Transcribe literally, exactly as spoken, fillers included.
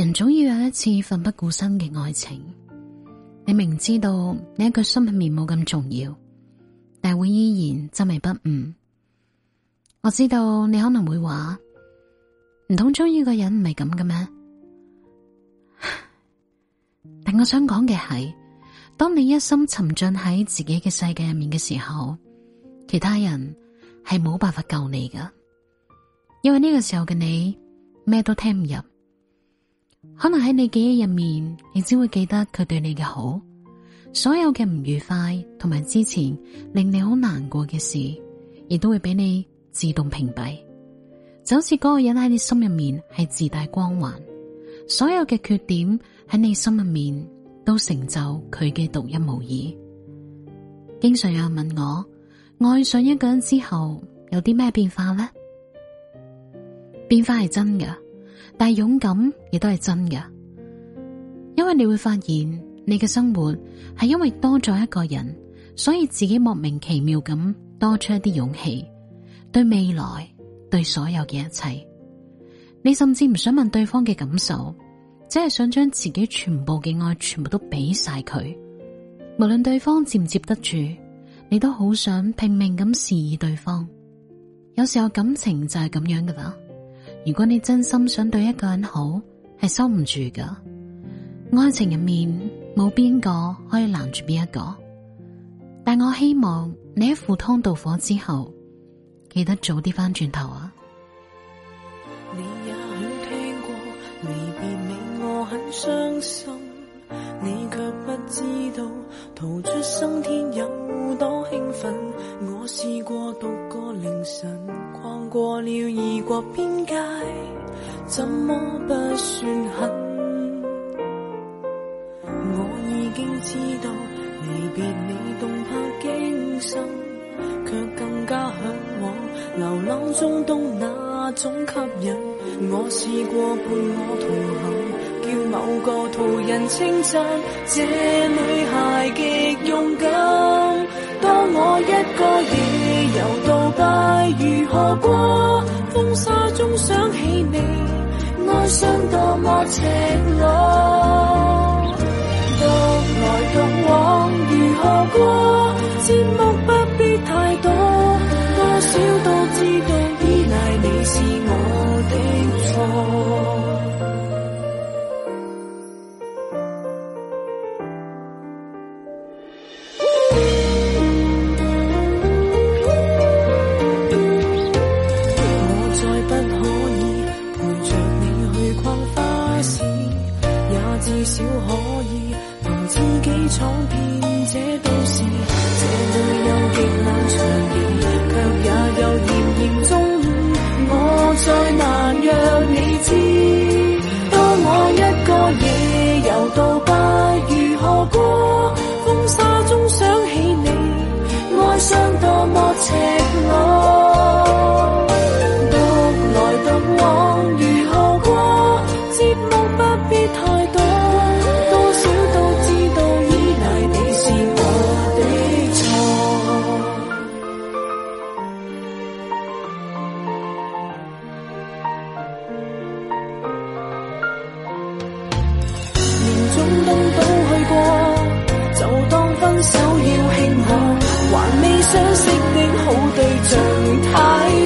人總要有一次奮不顧身嘅愛情，你明知道你一個心入面冇咁重要，但會依然執迷不悟。我知道你可能會話，唔通鍾意個人唔係咁嘅咩？但我想講嘅係，當你一心沉浸喺自己嘅世界入面嘅時候，其他人係冇辦法救你噶，因為呢個時候嘅你咩都聽唔入。可能喺你記憶入面，你只會記得佢對你嘅好，所有嘅唔愉快同埋之前令你好難過嘅事，亦都會俾你自動屏蔽。就好似嗰個人喺你心入面係自帶光環，所有嘅缺點喺你心入面都成就佢嘅獨一無二。經常有人問我，愛上一個人之後有啲咩變化呢？變化係真㗎，但係勇敢亦都係真㗎，因為你會發現你嘅生活係因為多咗一個人，所以自己莫名其妙咁多出一啲勇氣，對未來，對所有嘅一切。你甚至唔想問對方嘅感受，只係想將自己全部嘅愛全部都俾晒佢，無論對方接唔接得住，你都好想拼命咁示意對方。有時候感情就係咁樣噶啦，如果你真心想對一個人好，係收唔住噶。愛情入面冇邊個可以攔住邊一個，但我希望你喺赴湯蹈火之後，記得早啲翻轉頭啊！ 你也許聽過離別你我很傷心，你卻不知道逃出生天有多興奮。我試過獨個凌晨逛過了異國邊界，怎麼不算狠？我已經知道離別你動魄驚心，卻更加向往流浪中東那種吸引。我試過伴我同行，叫某個途人稱讚這女孩極勇敢。當我一個夜遊杜拜如何過，風沙中想起你，愛上多麼赤裸。獨來獨往如何過，節目不必太多，多少都知道依賴你是我的錯。我再不可以陪着你去逛花市，也至少可以同自己闖遍這都市。這裏有極冷場面，卻也有炎炎中午，我再難讓你知。當我一個夜遊杜拜如何過，風沙中想起你，愛上多麼赤裸。獨來獨往如何過，節目不必太多，多少都知道依賴你是我的錯。連中東都去過，就當分手要慶賀，還未相識的好對象太